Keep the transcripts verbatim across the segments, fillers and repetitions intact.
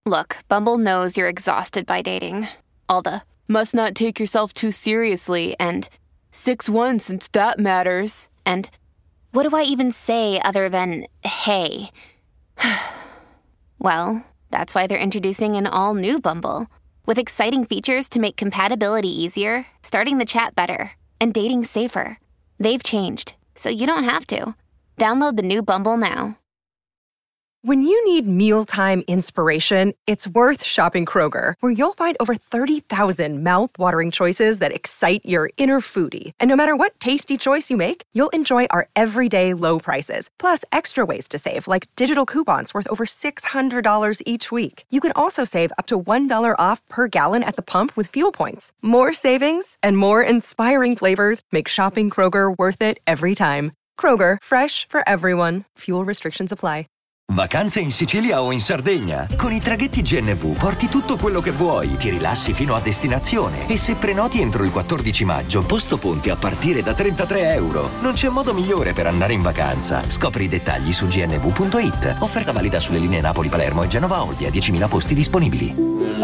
Look, Bumble knows you're exhausted by dating. All the must not take yourself too seriously and six one since that matters. And what do I even say other than hey? Well, that's why they're introducing an all-new Bumble with exciting features to make compatibility easier, starting the chat better, and dating safer. They've changed, so you don't have to. Download the new Bumble now. When you need mealtime inspiration, it's worth shopping Kroger, where you'll find over thirty thousand mouth-watering choices that excite your inner foodie. And no matter what tasty choice you make, you'll enjoy our everyday low prices, plus extra ways to save, like digital coupons worth over six hundred dollars each week. You can also save up to one dollar off per gallon at the pump with fuel points. More savings and more inspiring flavors make shopping Kroger worth it every time. Kroger, fresh for everyone. Fuel restrictions apply. Vacanze in Sicilia o in Sardegna? Con i traghetti G N V porti tutto quello che vuoi, ti rilassi fino a destinazione e se prenoti entro il quattordici maggio, posto ponti a partire da trentatré euro. Non c'è modo migliore per andare in vacanza. Scopri i dettagli su g n v punto i t. Offerta valida sulle linee Napoli-Palermo e Genova-Olbia, diecimila posti disponibili.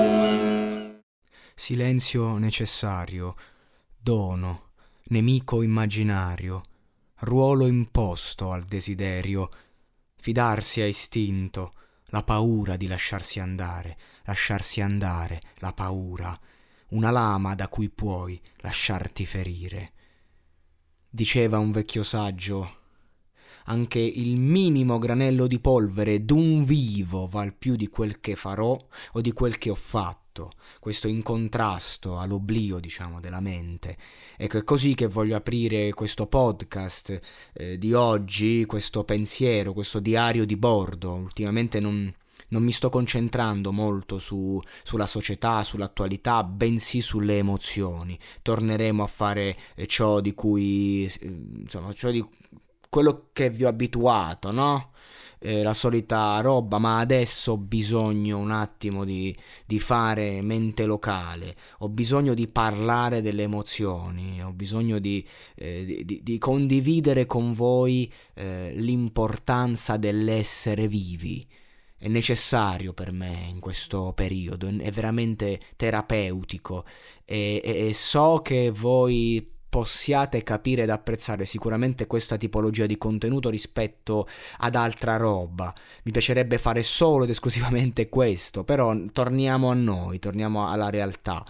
Silenzio necessario, dono, nemico immaginario, ruolo imposto al desiderio. Fidarsi a istinto, la paura di lasciarsi andare, lasciarsi andare, la paura, una lama da cui puoi lasciarti ferire. Diceva un vecchio saggio, anche il minimo granello di polvere d'un vivo val più di quel che farò o di quel che ho fatto. Questo in contrasto all'oblio, diciamo, della mente. Ecco, è così che voglio aprire questo podcast eh, di oggi, questo pensiero, questo diario di bordo. Ultimamente non, non mi sto concentrando molto su, sulla società, sull'attualità, bensì sulle emozioni. Torneremo a fare eh, ciò di cui, eh, insomma, ciò di quello che vi ho abituato, no? Eh, la solita roba, ma adesso ho bisogno un attimo di, di fare mente locale, ho bisogno di parlare delle emozioni, ho bisogno di, eh, di, di condividere con voi eh, l'importanza dell'essere vivi. È necessario per me in questo periodo, è veramente terapeutico e, e, e so che voi possiate capire ed apprezzare sicuramente questa tipologia di contenuto rispetto ad altra roba. Mi piacerebbe fare solo ed esclusivamente questo, però torniamo a noi, torniamo alla realtà,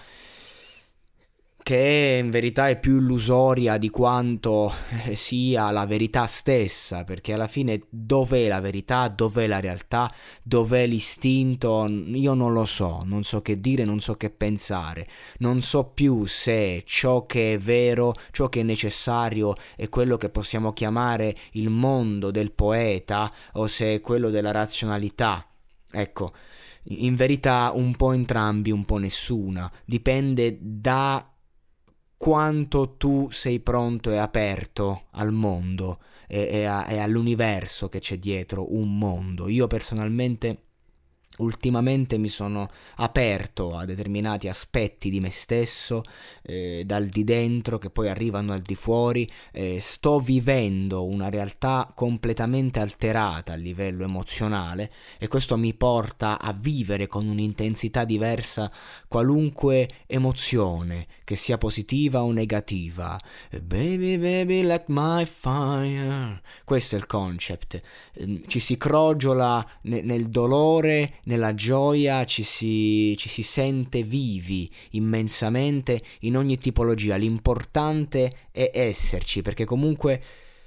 che in verità è più illusoria di quanto eh, sia la verità stessa, perché alla fine dov'è la verità, dov'è la realtà, dov'è l'istinto, io non lo so, non so che dire, non so che pensare, non so più se ciò che è vero, ciò che è necessario è quello che possiamo chiamare il mondo del poeta o se è quello della razionalità. Ecco, in verità un po' entrambi, un po' nessuna, dipende da quanto tu sei pronto e aperto al mondo e, e, a, e all'universo che c'è dietro un mondo. Io personalmente ultimamente mi sono aperto a determinati aspetti di me stesso, eh, dal di dentro che poi arrivano al di fuori. Eh, sto vivendo una realtà completamente alterata a livello emozionale e questo mi porta a vivere con un'intensità diversa qualunque emozione, che sia positiva o negativa. Baby, baby, like my fire. Questo è il concept. Eh, ci si crogiola ne- nel dolore, nella gioia, ci si, ci si sente vivi immensamente in ogni tipologia. L'importante è esserci, perché comunque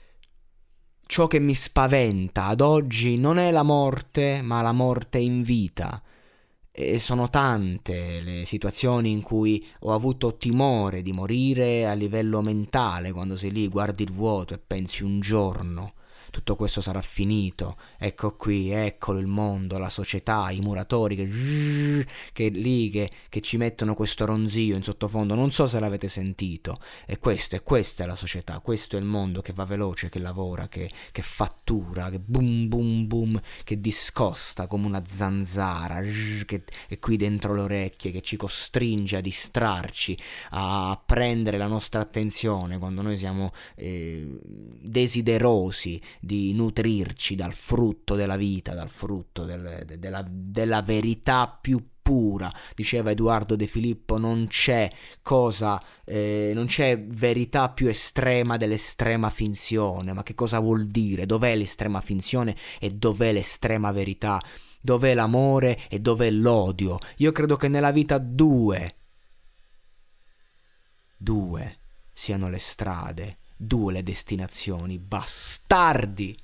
ciò che mi spaventa ad oggi non è la morte, ma la morte in vita. E sono tante le situazioni in cui ho avuto timore di morire a livello mentale, quando sei lì, guardi il vuoto e pensi un giorno tutto questo sarà finito, ecco qui, eccolo il mondo, la società, i muratori che, che lì che, che ci mettono questo ronzio in sottofondo, non so se l'avete sentito. E questo, e questa è la società, questo è il mondo che va veloce, che lavora, che, che fattura, che boom boom boom, che discosta come una zanzara, che è qui dentro le orecchie, che ci costringe a distrarci, a prendere la nostra attenzione quando noi siamo eh, desiderosi di nutrirci dal frutto della vita, dal frutto del, de, della, della verità più pura. Diceva Edoardo De Filippo, non c'è cosa, eh, non c'è verità più estrema dell'estrema finzione. Ma che cosa vuol dire? Dov'è l'estrema finzione e dov'è l'estrema verità? Dov'è l'amore e dov'è l'odio? Io credo che nella vita due, due siano le strade, due le destinazioni, bastardi!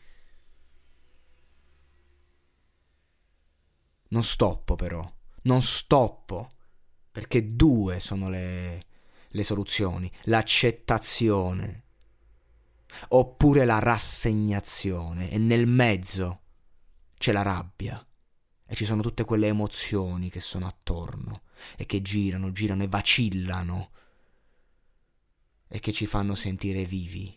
Non stoppo però. Non stoppo, perché due sono le, le soluzioni: l'accettazione oppure la rassegnazione, e nel mezzo c'è la rabbia e ci sono tutte quelle emozioni che sono attorno e che girano, girano e vacillano e che ci fanno sentire vivi.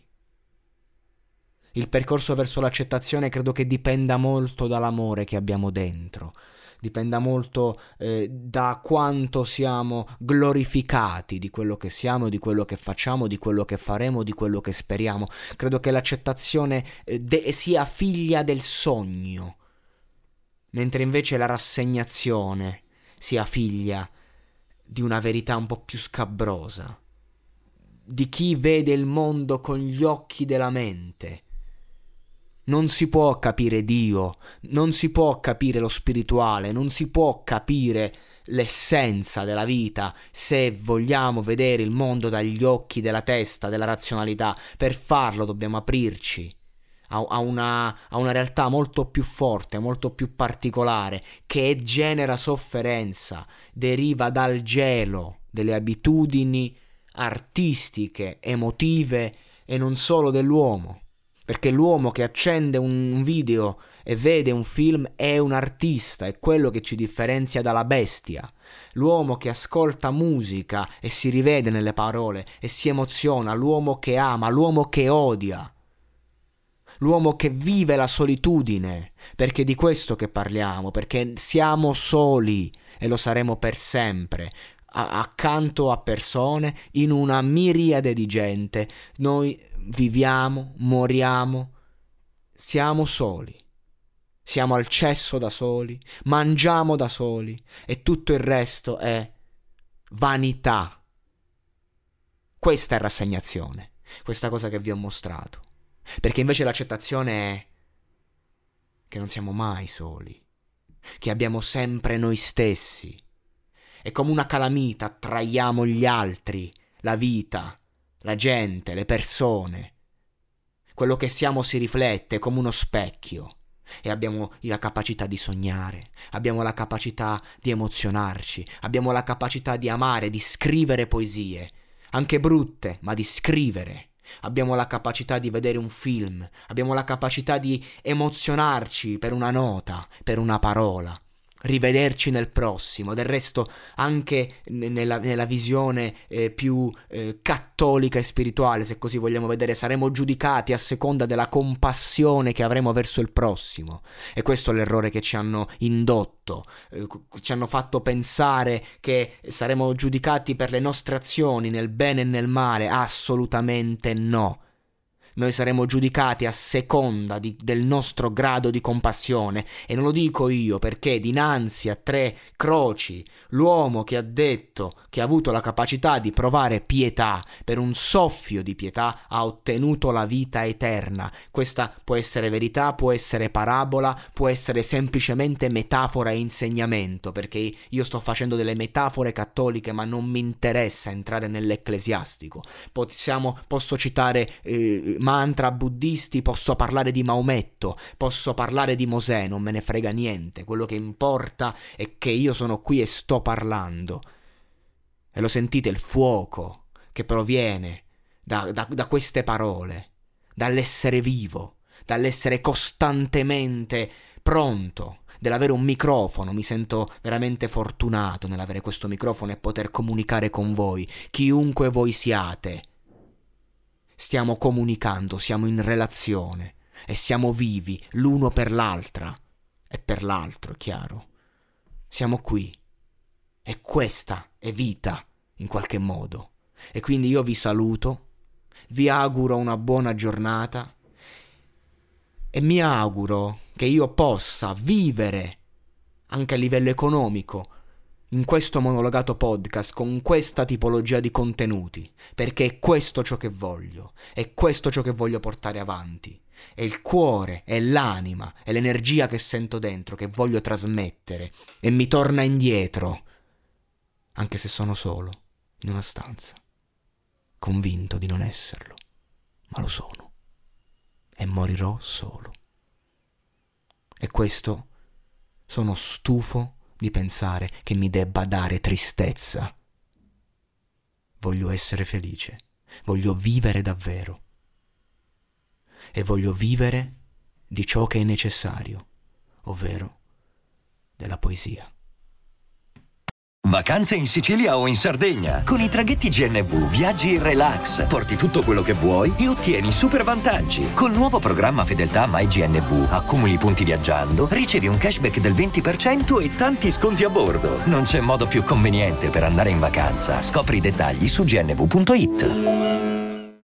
Il percorso verso l'accettazione credo che dipenda molto dall'amore che abbiamo dentro. Dipenda molto eh, da quanto siamo glorificati di quello che siamo, di quello che facciamo, di quello che faremo, di quello che speriamo. Credo che l'accettazione eh, de- sia figlia del sogno, mentre invece la rassegnazione sia figlia di una verità un po' più scabrosa, di chi vede il mondo con gli occhi della mente. Non si può capire Dio, non si può capire lo spirituale, non si può capire l'essenza della vita se vogliamo vedere il mondo dagli occhi della testa, della razionalità. Per farlo dobbiamo aprirci a, a, una, a una realtà molto più forte, molto più particolare, che genera sofferenza, deriva dal gelo delle abitudini artistiche, emotive e non solo dell'uomo. Perché l'uomo che accende un video e vede un film è un artista, è quello che ci differenzia dalla bestia. L'uomo che ascolta musica e si rivede nelle parole e si emoziona, l'uomo che ama, l'uomo che odia, l'uomo che vive la solitudine, perché è di questo che parliamo, perché siamo soli e lo saremo per sempre. Accanto a persone, in una miriade di gente, noi viviamo, moriamo, siamo soli, siamo al cesso da soli, mangiamo da soli e tutto il resto è vanità. Questa è rassegnazione, questa cosa che vi ho mostrato, perché invece l'accettazione è che non siamo mai soli, che abbiamo sempre noi stessi. E come una calamita attraiamo gli altri, la vita, la gente, le persone. Quello che siamo si riflette come uno specchio e abbiamo la capacità di sognare, abbiamo la capacità di emozionarci, abbiamo la capacità di amare, di scrivere poesie, anche brutte, ma di scrivere. Abbiamo la capacità di vedere un film, abbiamo la capacità di emozionarci per una nota, per una parola. Rivederci nel prossimo. Del resto anche nella, nella visione eh, più eh, cattolica e spirituale, se così vogliamo vedere, saremo giudicati a seconda della compassione che avremo verso il prossimo. E questo è l'errore che ci hanno indotto, eh, ci hanno fatto pensare che saremo giudicati per le nostre azioni nel bene e nel male. Assolutamente no. Noi saremo giudicati a seconda di, del nostro grado di compassione, e non lo dico io, perché dinanzi a tre croci l'uomo che ha detto che ha avuto la capacità di provare pietà, per un soffio di pietà ha ottenuto la vita eterna. Questa può essere verità, può essere parabola, può essere semplicemente metafora e insegnamento, perché io sto facendo delle metafore cattoliche, ma non mi interessa entrare nell'ecclesiastico. Possiamo, posso citare eh, mantra buddisti, posso parlare di Maometto, posso parlare di Mosè, non me ne frega niente. Quello che importa è che io sono qui e sto parlando. E lo sentite il fuoco che proviene da, da, da queste parole, dall'essere vivo, dall'essere costantemente pronto, dell'avere un microfono. Mi sento veramente fortunato nell'avere questo microfono e poter comunicare con voi, chiunque voi siate. Stiamo comunicando, siamo in relazione e siamo vivi l'uno per l'altra e per l'altro, chiaro. Siamo qui e questa è vita in qualche modo. E quindi io vi saluto, vi auguro una buona giornata E mi auguro che io possa vivere anche a livello economico in questo monologato podcast con questa tipologia di contenuti, perché è questo ciò che voglio, è questo ciò che voglio portare avanti, è il cuore, è l'anima, è l'energia che sento dentro, che voglio trasmettere e mi torna indietro, anche se sono solo in una stanza, convinto di non esserlo, ma lo sono e morirò solo. E questo sono stufo di pensare che mi debba dare tristezza. Voglio essere felice, voglio vivere davvero e voglio vivere di ciò che è necessario, ovvero della poesia. Vacanze in Sicilia o in Sardegna. Con i traghetti G N V viaggi in relax, porti tutto quello che vuoi e ottieni super vantaggi. Col nuovo programma Fedeltà MyGNV accumuli punti viaggiando, ricevi un cashback del venti per cento e tanti sconti a bordo. Non c'è modo più conveniente per andare in vacanza. Scopri i dettagli su gnv punto it.